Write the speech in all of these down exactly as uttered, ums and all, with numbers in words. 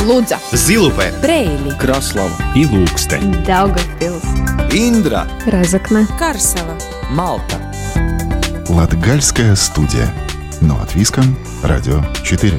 Лудза, Зилупе, Брейли, Краслава и Лукстен, Даугавпилс, Индра, Разокна, Карсела, Малта. Латгальская студия. Но от Виском, Радио четыре.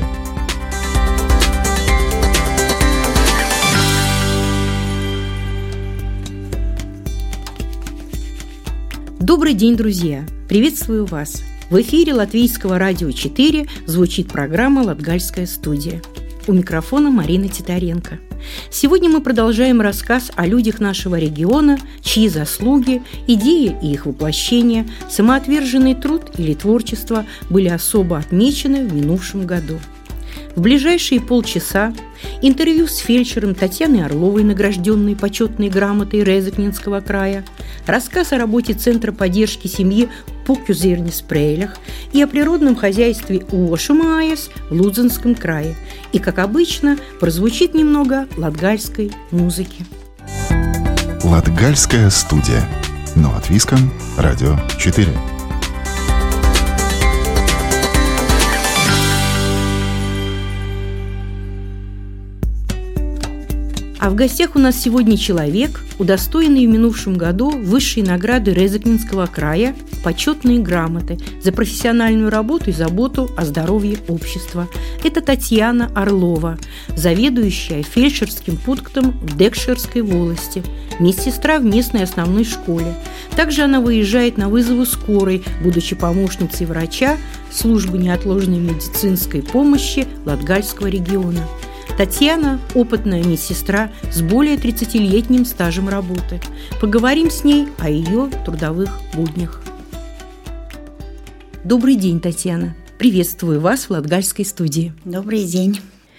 Добрый день, друзья! Приветствую вас! В эфире Латвийского радио четыре звучит программа «Латгальская студия». У микрофона Марина Титаренко. Сегодня мы продолжаем рассказ о людях нашего региона, чьи заслуги, идеи и их воплощение, самоотверженный труд или творчество были особо отмечены в минувшем году. В ближайшие полчаса интервью с фельдшером Татьяной Орловой, награжденной почетной грамотой Резекненского края, рассказ о работе Центра поддержки семьи Пукюзернис-Прейлях и о природном хозяйстве Уошумаес в Лудзенском крае. И, как обычно, прозвучит немного латгальской музыки. Латгальская студия. Но от Виском, Радио четыре. А в гостях у нас сегодня человек, удостоенный в минувшем году высшей награды Резекненского края почетные грамоты за профессиональную работу и заботу о здоровье общества. Это Татьяна Орлова, заведующая фельдшерским пунктом в Декшерской волости, медсестра в местной основной школе. Также она выезжает на вызовы скорой, будучи помощницей врача службы неотложной медицинской помощи Латгальского региона. Татьяна – опытная медсестра с более тридцатилетним стажем работы. Поговорим с ней о ее трудовых буднях. Добрый день, Татьяна. Приветствую вас в Латгальской студии. Добрый день.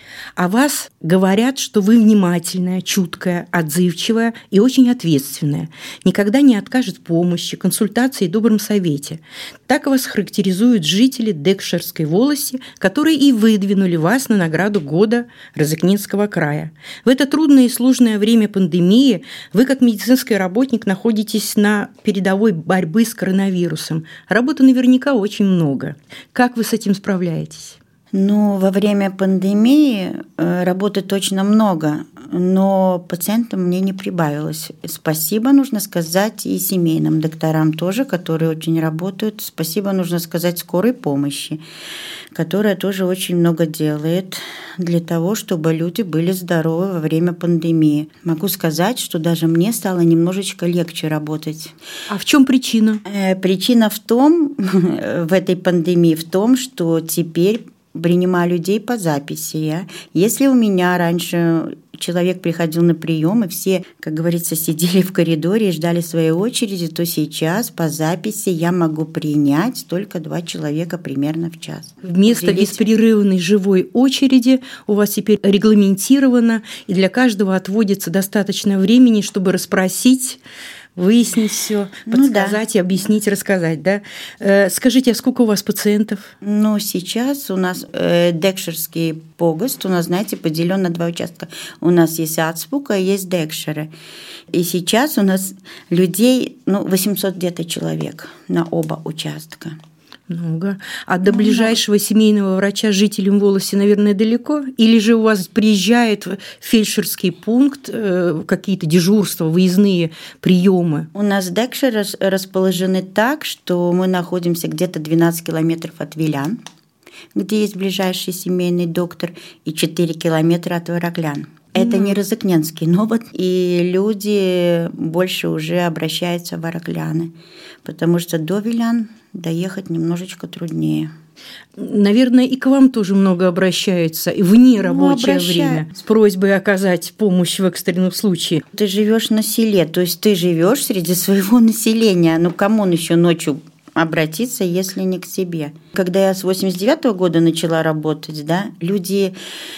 О вас говорят, что вы внимательная, чуткая, отзывчивая и очень ответственная. Никогда не откажет в помощи, консультации и добром совете. Так вас характеризуют жители Декшерской волости, которые и выдвинули вас на награду года Резекненского края. В это трудное и сложное время пандемии вы, как медицинский работник, находитесь на передовой борьбы с коронавирусом. Работы наверняка очень много. Как вы с этим справляетесь? Ну, во время пандемии работы точно много, но пациентам мне не прибавилось. Спасибо нужно сказать и семейным докторам тоже, которые очень работают. Спасибо нужно сказать скорой помощи, которая тоже очень много делает для того, чтобы люди были здоровы во время пандемии. Могу сказать, что даже мне стало немножечко легче работать. А в чем причина? Причина в том, в этой пандемии, в том, что теперь принимаю людей по записи. Я. Если у меня раньше человек приходил на прием, и все, как говорится, сидели в коридоре и ждали своей очереди, то сейчас по записи я могу принять только два человека примерно в час. Вместо Уделить... беспрерывной живой очереди у вас теперь регламентировано, и для каждого отводится достаточно времени, чтобы расспросить, выяснить все, подсказать, ну, да. и объяснить, рассказать, да? Э, скажите, а сколько у вас пациентов? Ну, сейчас у нас э, Декшерский погост, у нас, знаете, поделен на два участка. У нас есть Ацпука, а есть Декшеры. И сейчас у нас людей, ну, восемьсот где-то человек на оба участка. Много. А до ближайшего семейного врача жителям волости, наверное, далеко? Или же у вас приезжает в фельдшерский пункт, э, какие-то дежурства, выездные приемы? У нас Декшеры расположены так, что мы находимся где-то двенадцать километров от Вилян, где есть ближайший семейный доктор, и четыре километра от Вараглян. Это не Резекненский новод, и люди больше уже обращаются в Варагляны, потому что до Вилян доехать немножечко труднее. Наверное, и к вам тоже много обращаются вне рабочее ну, время с просьбой оказать помощь в экстренных случаях. Ты живешь на селе, то есть ты живешь среди своего населения. Ну, кому он еще ночью обратиться, если не к себе? Когда я с восемьдесят девятого года начала работать, да, люди...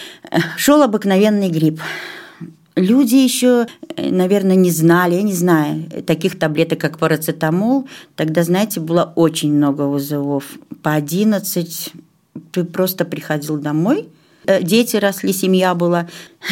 Шел обыкновенный грипп. Люди еще, наверное, не знали, я не знаю, таких таблеток, как парацетамол. Тогда, знаете, было очень много вызовов. По одиннадцать ты просто приходил домой. Дети росли, семья была.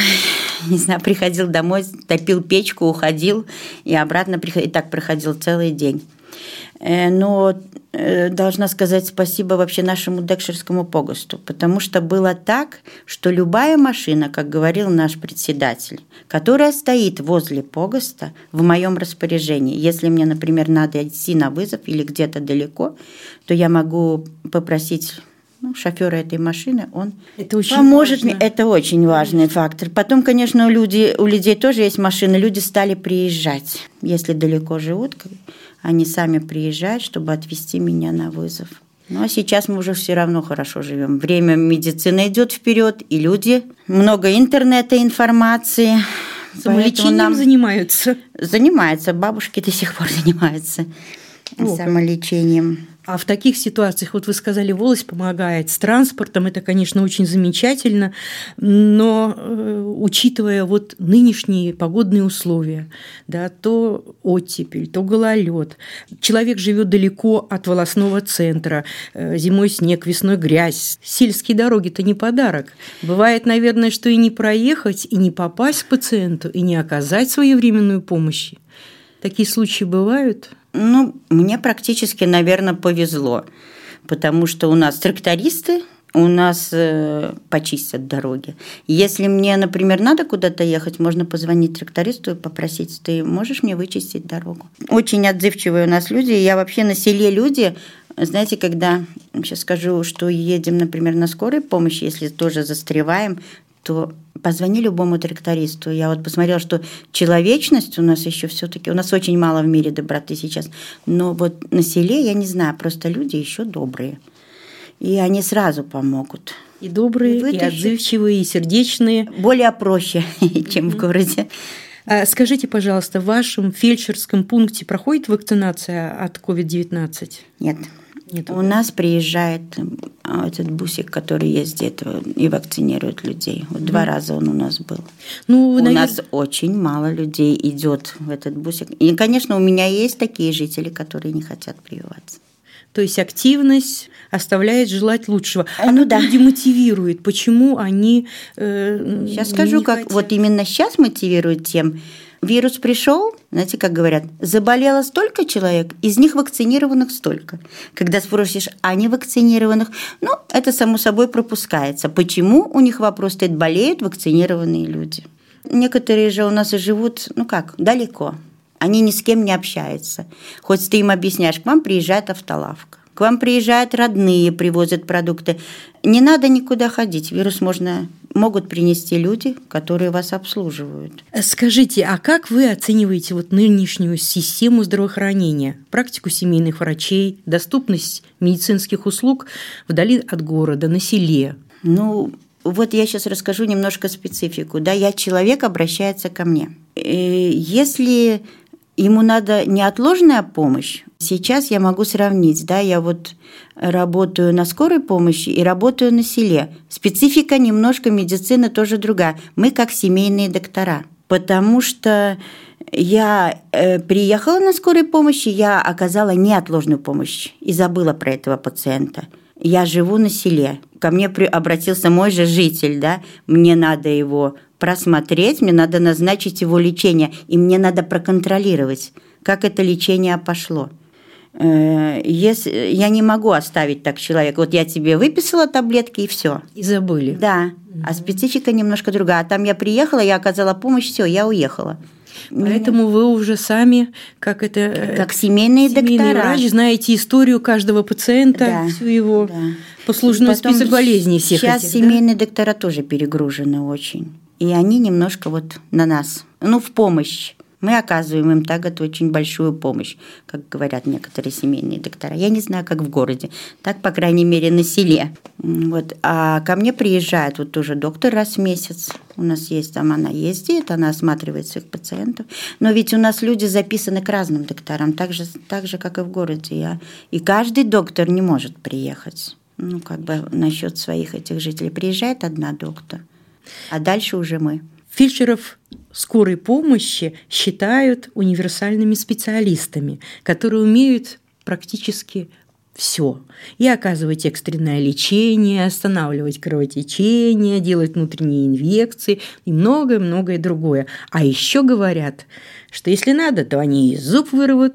Не знаю, приходил домой, топил печку, уходил и обратно приходил. И так проходил целый день. Но должна сказать спасибо вообще нашему Декширскому погосту, потому что было так, что любая машина, как говорил наш председатель, которая стоит возле погоста, в моем распоряжении. Если мне, например, надо идти на вызов или где-то далеко, то я могу попросить ну, шофера этой машины, он это очень поможет важно. мне. Это очень важный фактор. Потом, конечно, у, люди, у людей тоже есть машины, люди стали приезжать, если далеко живут, они сами приезжают, чтобы отвезти меня на вызов. Ну, а сейчас мы уже все равно хорошо живем. Время медицины идет вперед, и люди, много интернета, информации. Самолечением нам занимаются? Занимаются, бабушки до сих пор занимаются О, самолечением. А в таких ситуациях, вот вы сказали, волость помогает с транспортом, это, конечно, очень замечательно, но э, учитывая вот нынешние погодные условия, да, то оттепель, то гололед, человек живет далеко от волосного центра, э, зимой снег, весной грязь, сельские дороги-то не подарок. Бывает, наверное, что и не проехать, и не попасть к пациенту, и не оказать своевременную помощь. Такие случаи бывают? Ну, мне практически, наверное, повезло, потому что у нас трактористы, у нас э, почистят дороги. Если мне, например, надо куда-то ехать, можно позвонить трактористу и попросить, ты можешь мне вычистить дорогу? Очень отзывчивые у нас люди. Я вообще на селе люди, знаете, когда, сейчас скажу, что едем, например, на скорой помощи, если тоже застреваем, то позвони любому трактористу. Я вот посмотрела, что человечность у нас еще все-таки, у нас очень мало в мире доброты сейчас, но вот на селе, я не знаю, просто люди еще добрые. И они сразу помогут. И добрые, и, и отзывчивые, и сердечные. Более проще, чем в городе. Скажите, пожалуйста, в вашем фельдшерском пункте проходит вакцинация от ковид девятнадцать? Нет. Нет, у нас приезжает этот бусик, который ездит и вакцинирует людей. Вот mm. два раза он у нас был. Ну, у навер... нас очень мало людей идет в этот бусик. И, конечно, у меня есть такие жители, которые не хотят прививаться. То есть активность оставляет желать лучшего. А ну, как да. люди мотивируют? Почему они э, Сейчас скажу, не как хотят? Вот именно сейчас мотивируют тем. Вирус пришел, знаете, как говорят, заболело столько человек, из них вакцинированных столько. Когда спросишь о невакцинированных, ну, это само собой пропускается. Почему у них вопрос стоит, болеют вакцинированные люди? Некоторые же у нас и живут, ну как, далеко. Они ни с кем не общаются. Хоть ты им объясняешь, к вам приезжает автолавка, к вам приезжают родные, привозят продукты. Не надо никуда ходить. Вирус можно, могут принести люди, которые вас обслуживают. Скажите, а как вы оцениваете вот нынешнюю систему здравоохранения, практику семейных врачей, доступность медицинских услуг вдали от города, на селе? Ну, вот я сейчас расскажу немножко специфику. Да, я человек, обращается ко мне. Если ему надо неотложная помощь, сейчас я могу сравнить, да, я вот работаю на скорой помощи и работаю на селе. Специфика немножко медицины тоже другая. Мы как семейные доктора, потому что я э, приехала на скорой помощи, я оказала неотложную помощь и забыла про этого пациента. Я живу на селе. Ко мне при... обратился мой же житель, да, мне надо его просмотреть, мне надо назначить его лечение, и мне надо проконтролировать, как это лечение пошло. Если... Я не могу оставить так человека. Вот я тебе выписала таблетки, и все. И забыли. Да, угу. А специфика немножко другая. А там я приехала, я оказала помощь, все, я уехала. Поэтому вы уже сами, как это... Как семейные семейный доктора. врач, знаете историю каждого пациента, да, всю его да. послужной Потом список болезней всех сейчас этих. Сейчас семейные да? доктора тоже перегружены очень. И они немножко вот на нас, ну, в помощь. Мы оказываем им так вот очень большую помощь, как говорят некоторые семейные доктора. Я не знаю, как в городе, так, по крайней мере, на селе. Вот. А ко мне приезжает вот тоже доктор раз в месяц. У нас есть там, она ездит, она осматривает своих пациентов. Но ведь у нас люди записаны к разным докторам, так же, так же как и в городе. Я. И каждый доктор не может приехать. Ну, как бы насчет своих этих жителей. Приезжает одна доктор, а дальше уже мы. Фельдшеров скорой помощи считают универсальными специалистами, которые умеют практически все. И оказывать экстренное лечение, останавливать кровотечение, делать внутренние инъекции и многое-многое другое. А еще говорят, что если надо, то они и зуб вырвут,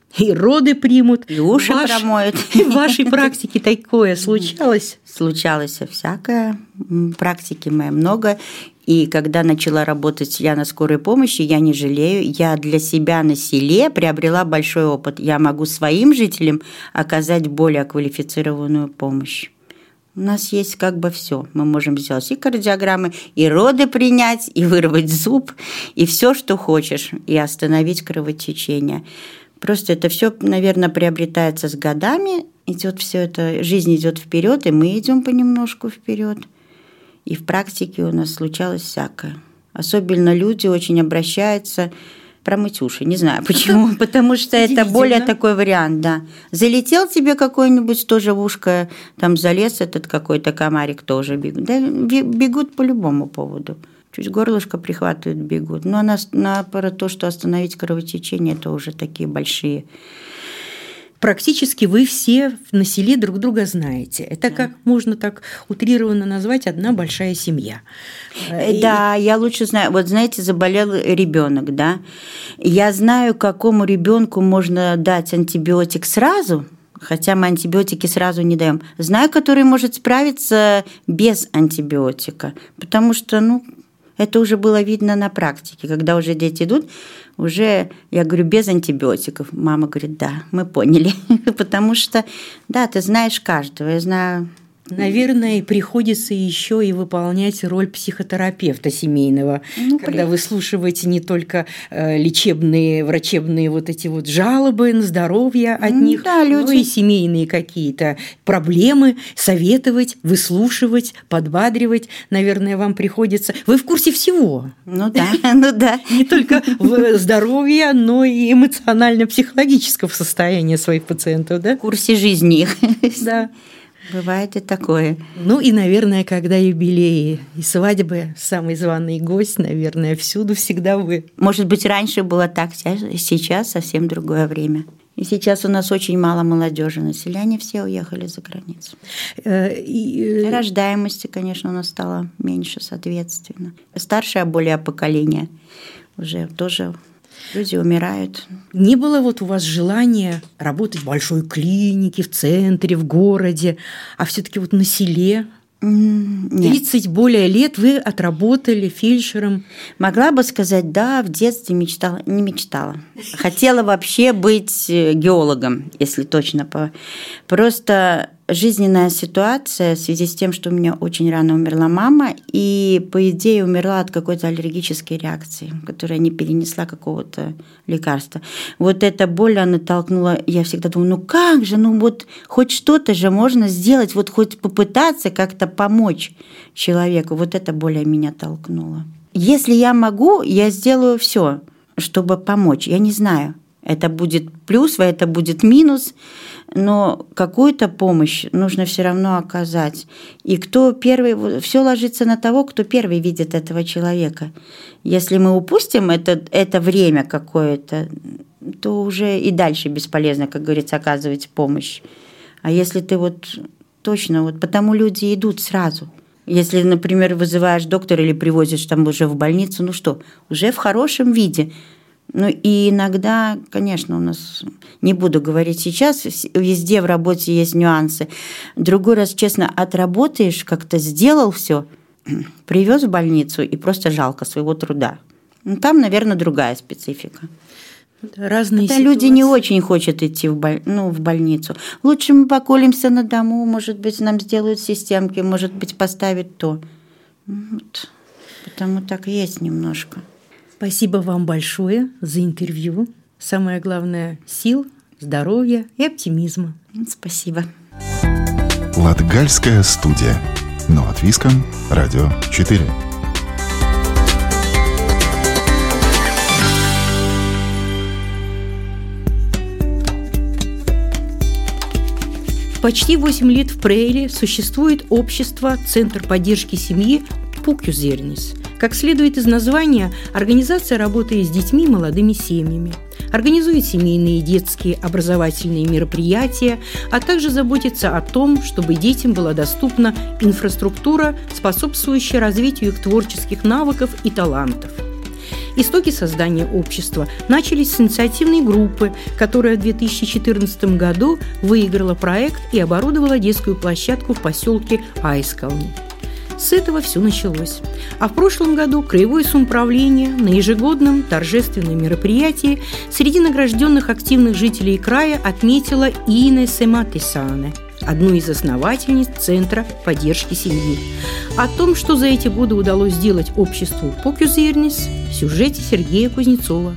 и роды примут, и уши Ваш... промоют. В вашей практике такое случалось? Случалось всякое. Практики моей много. И когда начала работать я на скорой помощи, я не жалею. Я для себя на селе приобрела большой опыт. Я могу своим жителям оказать более квалифицированную помощь. У нас есть как бы все. Мы можем сделать и кардиограммы, и роды принять, и вырвать зуб, и все, что хочешь, и остановить кровотечение. Просто это все, наверное, приобретается с годами. Идет все это, жизнь идет вперед, и мы идем понемножку вперед. И в практике у нас случалось всякое. Особенно люди очень обращаются промыть уши. Не знаю почему, потому что это более такой вариант, да. Залетел тебе какой-нибудь тоже в ушко, там залез этот какой-то комарик, тоже бегут. Да, бегут по любому поводу. Чуть горлышко прихватывают, бегут. Но на, на про то, что остановить кровотечение, это уже такие большие. Практически вы все на селе друг друга знаете. Это, как можно так утрированно назвать, одна большая семья. Да, И... я лучше знаю. Вот знаете, заболел ребенок, да. Я знаю, какому ребенку можно дать антибиотик сразу, хотя мы антибиотики сразу не даем. Знаю, который может справиться без антибиотика, потому что, ну, это уже было видно на практике, когда уже дети идут, уже, я говорю, без антибиотиков. Мама говорит, да, мы поняли, потому что, да, ты знаешь каждого, я знаю. Наверное, приходится еще и выполнять роль психотерапевта семейного, ну, когда при... выслушиваете не только лечебные, врачебные вот эти вот жалобы на здоровье от них, да, люди... но и семейные какие-то проблемы, советовать, выслушивать, подбадривать. Наверное, вам приходится... Вы в курсе всего. Ну да, ну да. Не только здоровья, но и эмоционально-психологического состояния своих пациентов, да? В курсе жизни их. Да. Бывает и такое. Ну и, наверное, когда юбилеи и свадьбы, самый званый гость, наверное, всюду всегда вы. Может быть, раньше было так, сейчас совсем другое время. И сейчас у нас очень мало молодежи, население все уехали за границу. И... Рождаемости, конечно, у нас стало меньше, соответственно. Старшее более поколение уже тоже... Люди умирают. Не было вот у вас желания работать в большой клинике, в центре, в городе, а все-таки вот на селе? Нет. тридцать более лет вы отработали фельдшером. Могла бы сказать, да, в детстве мечтала. Не мечтала. Хотела вообще быть геологом, если точно. Просто жизненная ситуация в связи с тем, что у меня очень рано умерла мама, и, по идее, умерла от какой-то аллергической реакции, которая не перенесла какого-то лекарства. Вот эта боль, она толкнула, я всегда думаю, ну как же, ну вот хоть что-то же можно сделать, вот хоть попытаться как-то помочь человеку. Вот эта боль меня толкнула. Если я могу, я сделаю все, чтобы помочь. Я не знаю, это будет плюс, это будет минус, но какую-то помощь нужно все равно оказать. И кто первый, все ложится на того, кто первый видит этого человека. Если мы упустим это, это время какое-то, то уже и дальше бесполезно, как говорится, оказывать помощь. А если ты вот точно, вот потому люди идут сразу. Если, например, вызываешь доктора или привозишь там уже в больницу, ну что, уже в хорошем виде. Ну и иногда, конечно, у нас, не буду говорить сейчас, везде в работе есть нюансы. Другой раз, честно, отработаешь, как-то сделал все, привез в больницу, и просто жалко своего труда. Ну, там, наверное, другая специфика. Разные Когда люди не очень хотят идти в, боль... ну, в больницу. Лучше мы поколемся на дому, может быть, нам сделают системки, может быть, поставят то. Вот. Потому так и есть немножко. Спасибо вам большое за интервью. Самое главное – сил, здоровья и оптимизма. Спасибо. Латгальская студия. Но от Виском. Радио четыре. Почти восемь лет в Прейле существует общество «Центр поддержки семьи» Пукюзернис. Как следует из названия, организация работает с детьми и молодыми семьями, организует семейные и детские образовательные мероприятия, а также заботится о том, чтобы детям была доступна инфраструктура, способствующая развитию их творческих навыков и талантов. Истоки создания общества начались с инициативной группы, которая в две тысячи четырнадцатом году выиграла проект и оборудовала детскую площадку в поселке Айскални. С этого все началось. А в прошлом году Краевое самоуправление на ежегодном торжественном мероприятии среди награжденных активных жителей края отметило Инесе Матисане, одну из основательниц Центра поддержки семьи. О том, что за эти годы удалось сделать обществу Pukuzirnis, в сюжете Сергея Кузнецова.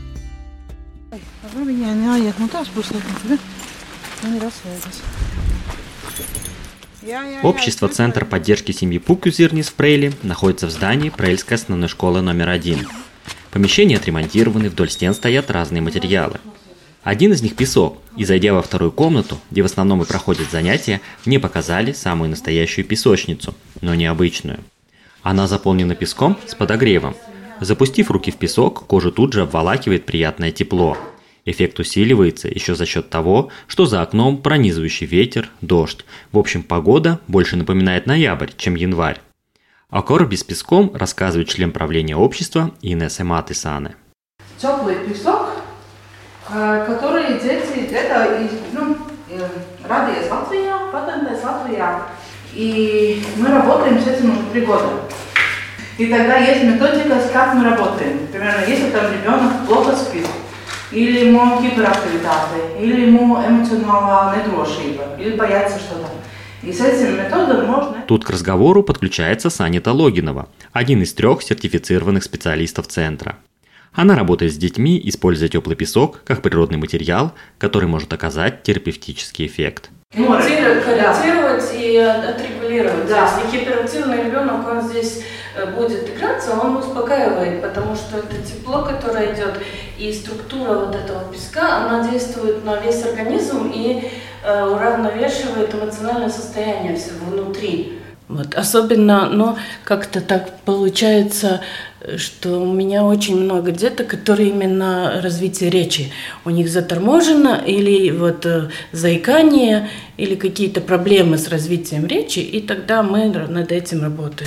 Общество «Центр поддержки семьи Pukuzirnis» в Прейле находится в здании Прейльской основной школы номер один. Помещения отремонтированы, вдоль стен стоят разные материалы. Один из них – песок, и зайдя во вторую комнату, где в основном и проходят занятия, мне показали самую настоящую песочницу, но необычную. Она заполнена песком с подогревом. Запустив руки в песок, кожу тут же обволакивает приятное тепло. Эффект усиливается еще за счет того, что за окном пронизывающий ветер, дождь. В общем, погода больше напоминает ноябрь, чем январь. О коробе с песком рассказывает член правления общества Инесе Матисане. Теплый песок, который дети, это ну, родились в Латвии, патентность Латвия. И мы работаем с этим уже три года. И тогда есть методика, как мы работаем. Примерно, если там ребенок плохо спит, или ему гиперактивитаты, или ему эмоциональная недрошиба, или боятся что-то. И с этим методом можно... Тут к разговору подключается Санита Логинова, один из трех сертифицированных специалистов центра. Она работает с детьми, используя теплый песок как природный материал, который может оказать терапевтический эффект. Корректировать и отрегулировать. Да. Если гиперактивный ребенок, он здесь будет играться, он успокаивает, потому что это тепло, которое идет, и структура вот этого песка, она действует на весь организм и э, уравновешивает эмоциональное состояние всего внутри. Вот. Особенно, но как-то так получается, что у меня очень много деток, которые именно развитие речи. У них заторможено или вот заикание, или какие-то проблемы с развитием речи, и тогда мы над этим работаем.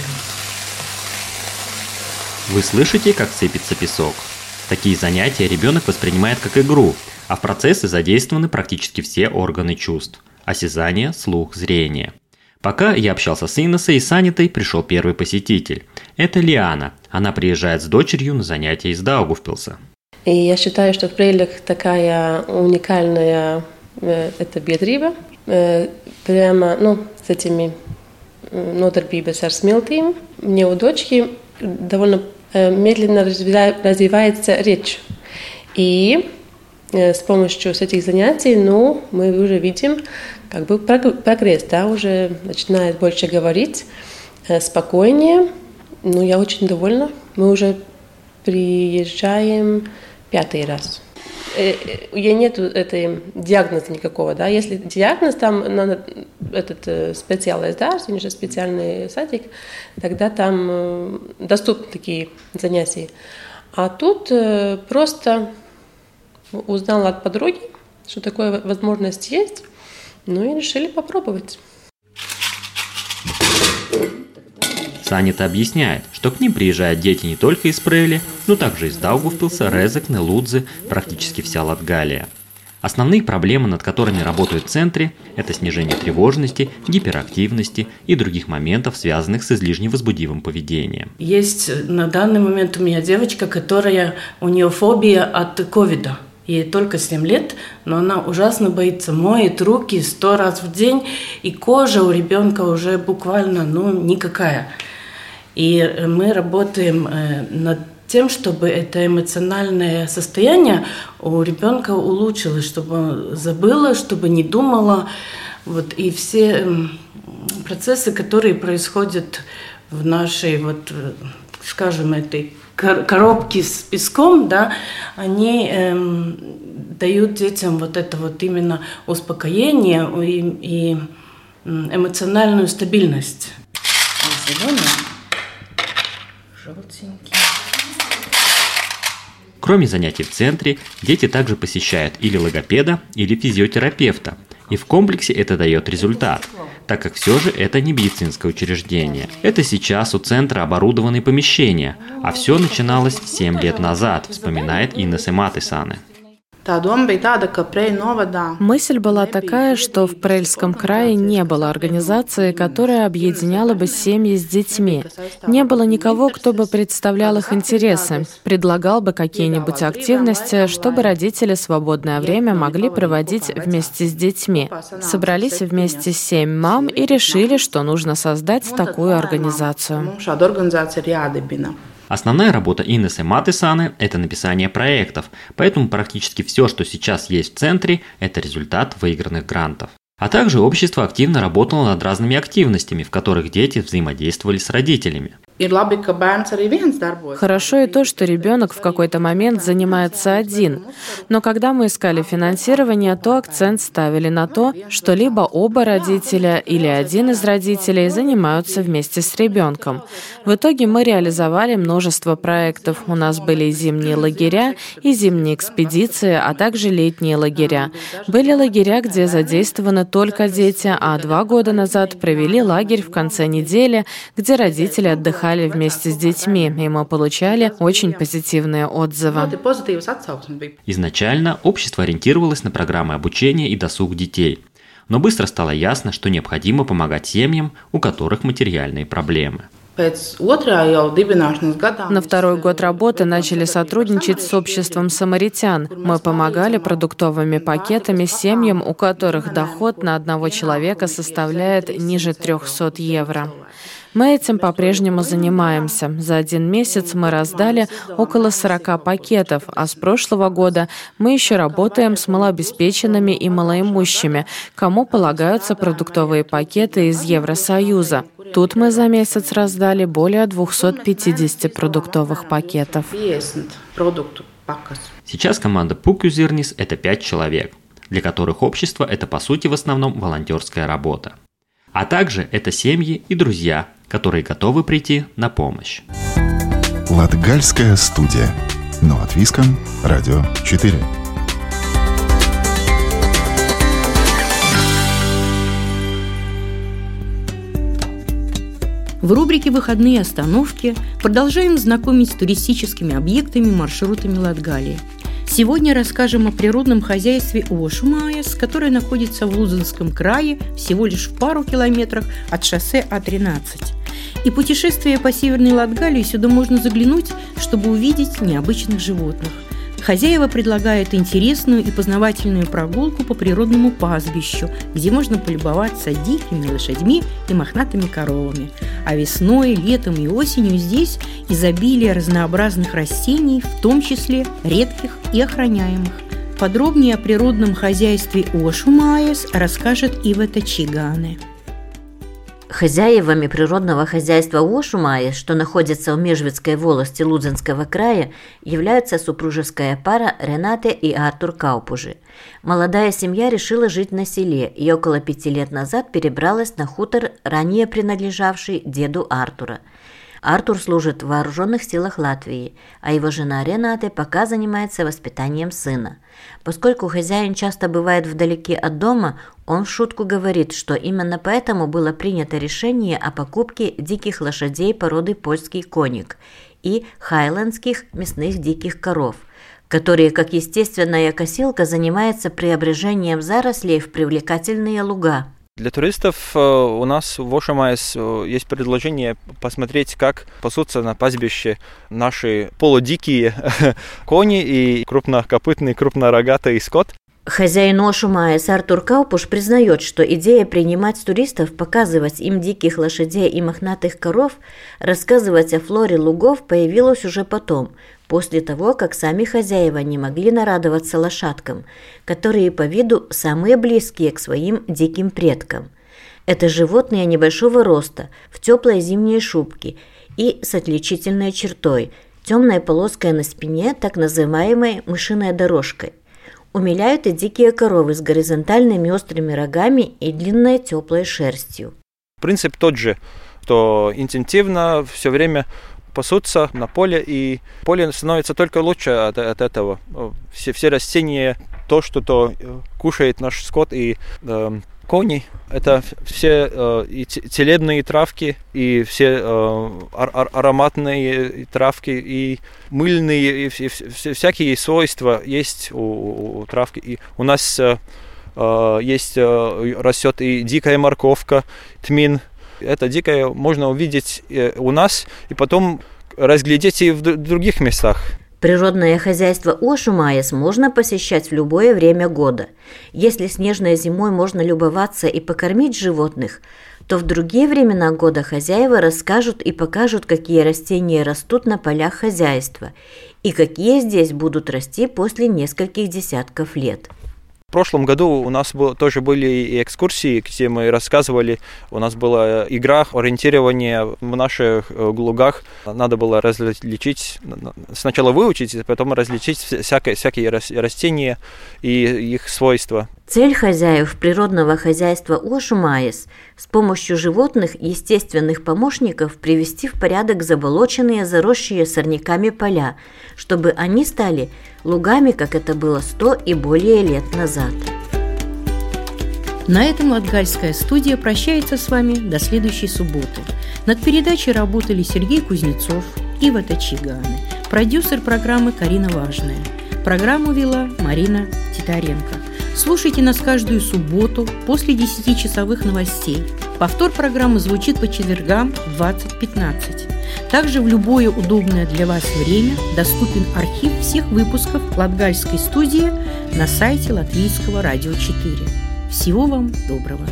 Вы слышите, как сыпется песок? Такие занятия ребенок воспринимает как игру, а в процессы задействованы практически все органы чувств – осязание, слух, зрение. Пока я общался с Инесой и Санитой, пришел первый посетитель. Это Лиана. Она приезжает с дочерью на занятия из Даугавпилса. И я считаю, что в Прейлях такая уникальная э, это биодрība, э, прямо ну, с этими nodarbības ar smiltīm. Мне у дочки довольно э, медленно развивается речь. И э, с помощью этих занятий ну, мы уже видим как бы прогресс, да, уже начинает больше говорить, э, спокойнее. Ну, я очень довольна. Мы уже приезжаем пятый раз. Я нету этой диагноза никакого, да. Если диагноз, там надо этот специалист, да, уже специальный садик, тогда там доступны такие занятия. А тут просто узнала от подруги, что такая возможность есть, ну и решили попробовать. Санита объясняет, что к ним приезжают дети не только из Прейли, но также из Даугавпилса, Резекне, Лудзы, практически вся Латгалия. Основные проблемы, над которыми работают в центре, это снижение тревожности, гиперактивности и других моментов, связанных с излишне возбудимым поведением. Есть на данный момент у меня девочка, которая, у нее фобия от ковида. Ей только семь лет, но она ужасно боится, моет руки сто раз в день, и кожа у ребенка уже буквально ну, никакая. И мы работаем над тем, чтобы это эмоциональное состояние у ребенка улучшилось, чтобы он забыла, чтобы не думала. Вот, и все процессы, которые происходят в нашей, вот, скажем, этой коробке с песком, да, они эм, дают детям вот это вот именно успокоение и, и эмоциональную стабильность. Зеленый, желтенький. Кроме занятий в центре, дети также посещают или логопеда, или физиотерапевта. И в комплексе это дает результат, так как все же это не медицинское учреждение. Это сейчас у центра оборудованные помещения, а все начиналось семь лет назад, вспоминает Инесса Матисане. Мысль была такая, что в Прельском крае не было организации, которая объединяла бы семьи с детьми. Не было никого, кто бы представлял их интересы, предлагал бы какие-нибудь активности, чтобы родители свободное время могли проводить вместе с детьми. Собрались вместе семь мам и решили, что нужно создать такую организацию. Основная работа Инессы Матисане – это написание проектов, поэтому практически все, что сейчас есть в центре, это результат выигранных грантов. А также общество активно работало над разными активностями, в которых дети взаимодействовали с родителями. Хорошо и то, что ребенок в какой-то момент занимается один. Но когда мы искали финансирование, то акцент ставили на то, что либо оба родителя или один из родителей занимаются вместе с ребенком. В итоге мы реализовали множество проектов. У нас были и зимние лагеря, и зимние экспедиции, а также летние лагеря. Были лагеря, где задействованы только дети, а два года назад провели лагерь в конце недели, где родители отдыхали вместе с детьми, и мы получали очень позитивные отзывы. Изначально общество ориентировалось на программы обучения и досуг детей, но быстро стало ясно, что необходимо помогать семьям, у которых материальные проблемы. На второй год работы начали сотрудничать с обществом самаритян. Мы помогали продуктовыми пакетами семьям, у которых доход на одного человека составляет ниже триста евро. Мы этим по-прежнему занимаемся. За один месяц мы раздали около сорок пакетов, а с прошлого года мы еще работаем с малообеспеченными и малоимущими, кому полагаются продуктовые пакеты из Евросоюза. Тут мы за месяц раздали более двести пятьдесят продуктовых пакетов. Сейчас команда Pukusirnis – это пять человек, для которых общество – это по сути в основном волонтерская работа. А также это семьи и друзья, которые готовы прийти на помощь. Латгальская студия. Но от Виском. Радио четыре. В рубрике «Выходные остановки» продолжаем знакомить с туристическими объектами, маршрутами Латгалии. Сегодня расскажем о природном хозяйстве Уошумаес, которое находится в Лузенском крае всего лишь в пару километрах от шоссе А тринадцать. И путешествие по Северной Латгалии сюда можно заглянуть, чтобы увидеть необычных животных. Хозяева предлагают интересную и познавательную прогулку по природному пастбищу, где можно полюбоваться дикими лошадьми и мохнатыми коровами. А весной, летом и осенью здесь изобилие разнообразных растений, в том числе редких и охраняемых. Подробнее о природном хозяйстве Уошумаес расскажет Ивета Чигане. Хозяевами природного хозяйства Уошумаес, что находится в Межвицкой волости Лузенского края, являются супружеская пара Ренате и Артур Каупужи. Молодая семья решила жить на селе и около пяти лет назад перебралась на хутор, ранее принадлежавший деду Артура. Артур служит в вооруженных силах Латвии, а его жена Ренате пока занимается воспитанием сына. Поскольку хозяин часто бывает вдалеке от дома, он в шутку говорит, что именно поэтому было принято решение о покупке диких лошадей породы польский коник и хайлендских мясных диких коров, которые, как естественная косилка, занимаются преображением зарослей в привлекательные луга. Для туристов у нас в Уошумаес есть предложение посмотреть, как пасутся на пастбище наши полудикие кони и крупнокопытный, крупнорогатый скот. Хозяин Уошумаес Артур Каупуш признает, что идея принимать туристов, показывать им диких лошадей и мохнатых коров, рассказывать о флоре лугов появилась уже потом, после того, как сами хозяева не могли нарадоваться лошадкам, которые по виду самые близкие к своим диким предкам. Это животные небольшого роста, в теплой зимней шубке и с отличительной чертой – темной полоской на спине, так называемой мышиной дорожкой. Умиляют и дикие коровы с горизонтальными острыми рогами и длинной теплой шерстью. Принцип тот же, что интенсивно все время пасутся на поле, и поле становится только лучше от, от этого. Все, все растения то, что то кушает наш скот и э, кони. Это все э, и целебные травки, и все э, ар- ароматные травки, и мыльные, и, и, и всякие свойства есть у, у травки. И у нас э, э, есть, э, растет и дикая морковка, тмин. Это дикое можно увидеть у нас, и потом разглядеть и в других местах. Природное хозяйство Ошумаес можно посещать в любое время года. Если снежной зимой можно любоваться и покормить животных, то в другие времена года хозяева расскажут и покажут, какие растения растут на полях хозяйства и какие здесь будут расти после нескольких десятков лет. В прошлом году у нас было, тоже были и экскурсии, где мы рассказывали. У нас была игра ориентирования в наших лугах. Надо было различить, сначала выучить, а потом различить всякие, всякие растения и их свойства. Цель хозяев природного хозяйства Ошумаес с помощью животных и естественных помощников привести в порядок заболоченные, заросшие сорняками поля, чтобы они стали лугами, как это было сто и более лет назад. На этом Латгальская студия прощается с вами до следующей субботы. Над передачей работали Сергей Кузнецов, Ива Тачиганы, продюсер программы Карина Важная. Программу вела Марина Титаренко. Слушайте нас каждую субботу после десятичасовых новостей. Повтор программы звучит по четвергам в двадцать пятнадцать. Также в любое удобное для вас время доступен архив всех выпусков Латгальской студии на сайте Латвийского радио четыре. Всего вам доброго!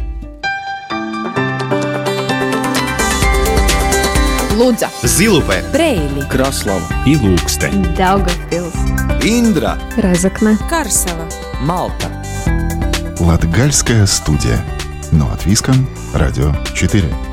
Лудза, Зилупе, Брейли, Краслава и Лукстен, Даугавпилс, Индра, Разокна, Карсела, Малта. Латгальская студия. На Латвийском радио четыре.